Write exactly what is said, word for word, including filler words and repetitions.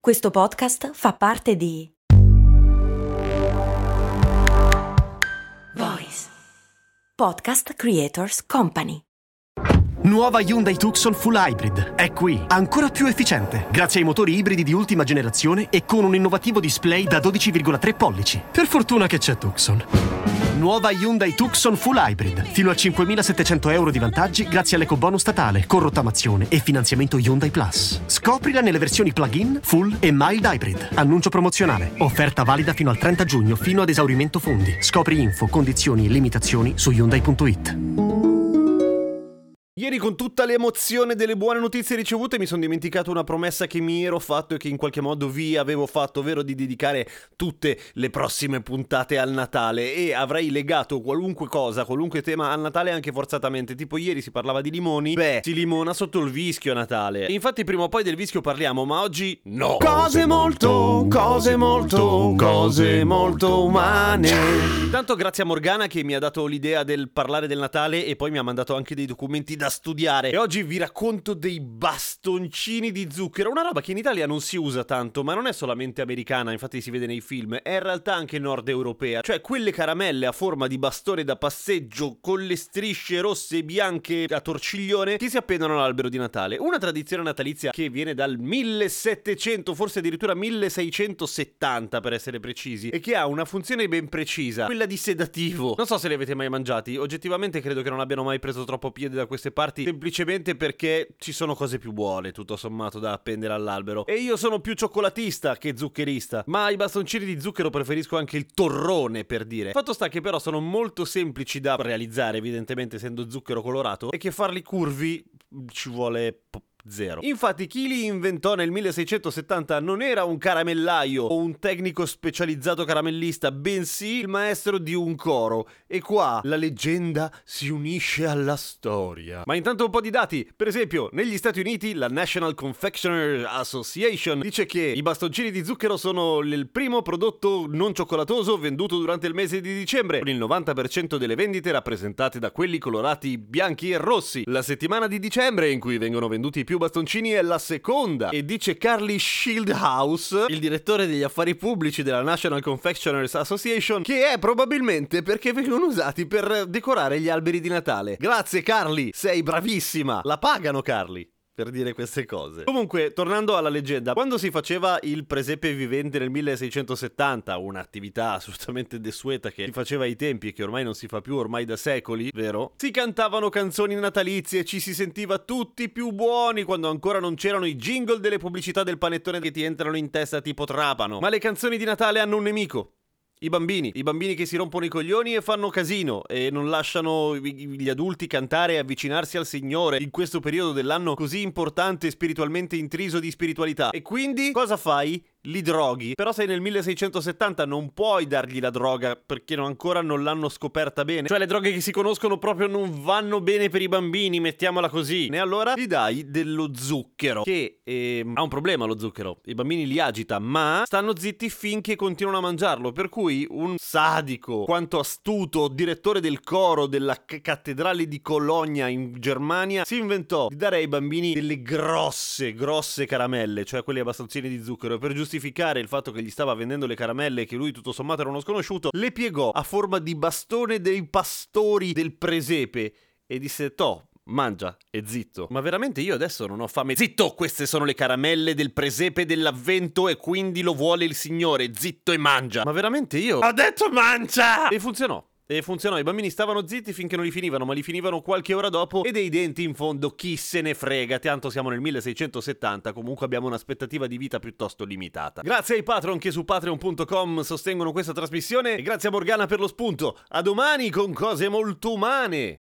Questo podcast fa parte di Voice Podcast Creators Company. Nuova Hyundai Tucson Full Hybrid è qui, ancora più efficiente, grazie ai motori ibridi di ultima generazione e con un innovativo display da dodici virgola tre pollici. Per fortuna che c'è Tucson. Nuova Hyundai Tucson Full Hybrid, fino a cinquemilasettecento euro di vantaggi grazie all'ecobonus statale, con rottamazione e finanziamento Hyundai Plus. Scoprila nelle versioni plug-in, full e mild hybrid. Annuncio promozionale. Offerta valida fino al trenta giugno, fino ad esaurimento fondi. Scopri info, condizioni e limitazioni su Hyundai punto it. Ieri, con tutta l'emozione delle buone notizie ricevute, mi sono dimenticato una promessa che mi ero fatto e che in qualche modo vi avevo fatto, ovvero di dedicare tutte le prossime puntate al Natale, e avrei legato qualunque cosa, qualunque tema al Natale anche forzatamente. Tipo ieri si parlava di limoni, beh, si limona sotto il vischio a Natale. Infatti prima o poi del vischio parliamo, ma oggi no. Cose molto, cose molto, cose molto umane. Intanto grazie a Morgana che mi ha dato l'idea del parlare del Natale e poi mi ha mandato anche dei documenti da studiare, e oggi vi racconto dei bastoncini di zucchero, una roba che in Italia non si usa tanto, ma non è solamente americana, infatti si vede nei film, è in realtà anche nord europea, cioè quelle caramelle a forma di bastone da passeggio con le strisce rosse e bianche a torciglione che si appendono all'albero di Natale. Una tradizione natalizia che viene dal millesettecento, forse addirittura milleseicentosettanta per essere precisi, e che ha una funzione ben precisa, quella di sedativo. Non so se li avete mai mangiati, oggettivamente credo che non abbiano mai preso troppo piede da queste parti, semplicemente perché ci sono cose più buone, tutto sommato, da appendere all'albero. E io sono più cioccolatista che zuccherista, ma i bastoncini di zucchero preferisco anche il torrone, per dire. Fatto sta che però sono molto semplici da realizzare, evidentemente essendo zucchero colorato, e che farli curvi ci vuole po- zero. Infatti chi li inventò nel milleseicentosettanta non era un caramellaio o un tecnico specializzato caramellista, bensì il maestro di un coro. E qua la leggenda si unisce alla storia. Ma intanto un po' di dati. Per esempio, negli Stati Uniti la National Confectioner Association dice che i bastoncini di zucchero sono il primo prodotto non cioccolatoso venduto durante il mese di dicembre, con il novanta per cento delle vendite rappresentate da quelli colorati bianchi e rossi. La settimana di dicembre in cui vengono venduti più bastoncini è la seconda, e dice Carly Shieldhouse, il direttore degli affari pubblici della National Confectioners Association, che è probabilmente perché vengono usati per decorare gli alberi di Natale. Grazie Carly, sei bravissima. La pagano Carly per dire queste cose. Comunque, tornando alla leggenda, quando si faceva il presepe vivente nel milleseicentosettanta, un'attività assolutamente desueta che si faceva ai tempi e che ormai non si fa più, ormai da secoli, vero? Si cantavano canzoni natalizie, ci si sentiva tutti più buoni quando ancora non c'erano i jingle delle pubblicità del panettone che ti entrano in testa tipo trapano. Ma le canzoni di Natale hanno un nemico: I bambini, i bambini che si rompono i coglioni e fanno casino e non lasciano gli adulti cantare e avvicinarsi al Signore in questo periodo dell'anno così importante e spiritualmente intriso di spiritualità. E quindi cosa fai? Li droghi. Però se nel milleseicentosettanta non puoi dargli la droga perché non, ancora non l'hanno scoperta bene, cioè le droghe che si conoscono proprio non vanno bene per i bambini, mettiamola così, e allora gli dai dello zucchero, che eh, ha un problema lo zucchero, i bambini li agita, ma stanno zitti finché continuano a mangiarlo, per cui un sadico quanto astuto direttore del coro della c- cattedrale di Cologna in Germania si inventò di dare ai bambini delle grosse grosse caramelle, cioè quelle a bastoncini di zucchero, per giustificare il fatto che gli stava vendendo le caramelle e che lui tutto sommato era uno sconosciuto. Le piegò a forma di bastone dei pastori del presepe e disse: toh, mangia e zitto. Ma veramente io adesso non ho fame. Zitto, queste sono le caramelle del presepe dell'avvento e quindi lo vuole il Signore. Zitto e mangia. Ma veramente io ho detto mangia! E funzionò. E funzionò, i bambini stavano zitti finché non li finivano, ma li finivano qualche ora dopo, e dei denti in fondo chi se ne frega, tanto siamo nel milleseicentosettanta, comunque abbiamo un'aspettativa di vita piuttosto limitata. Grazie ai patron che su patreon punto com sostengono questa trasmissione, e grazie a Morgana per lo spunto. A domani con cose molto umane!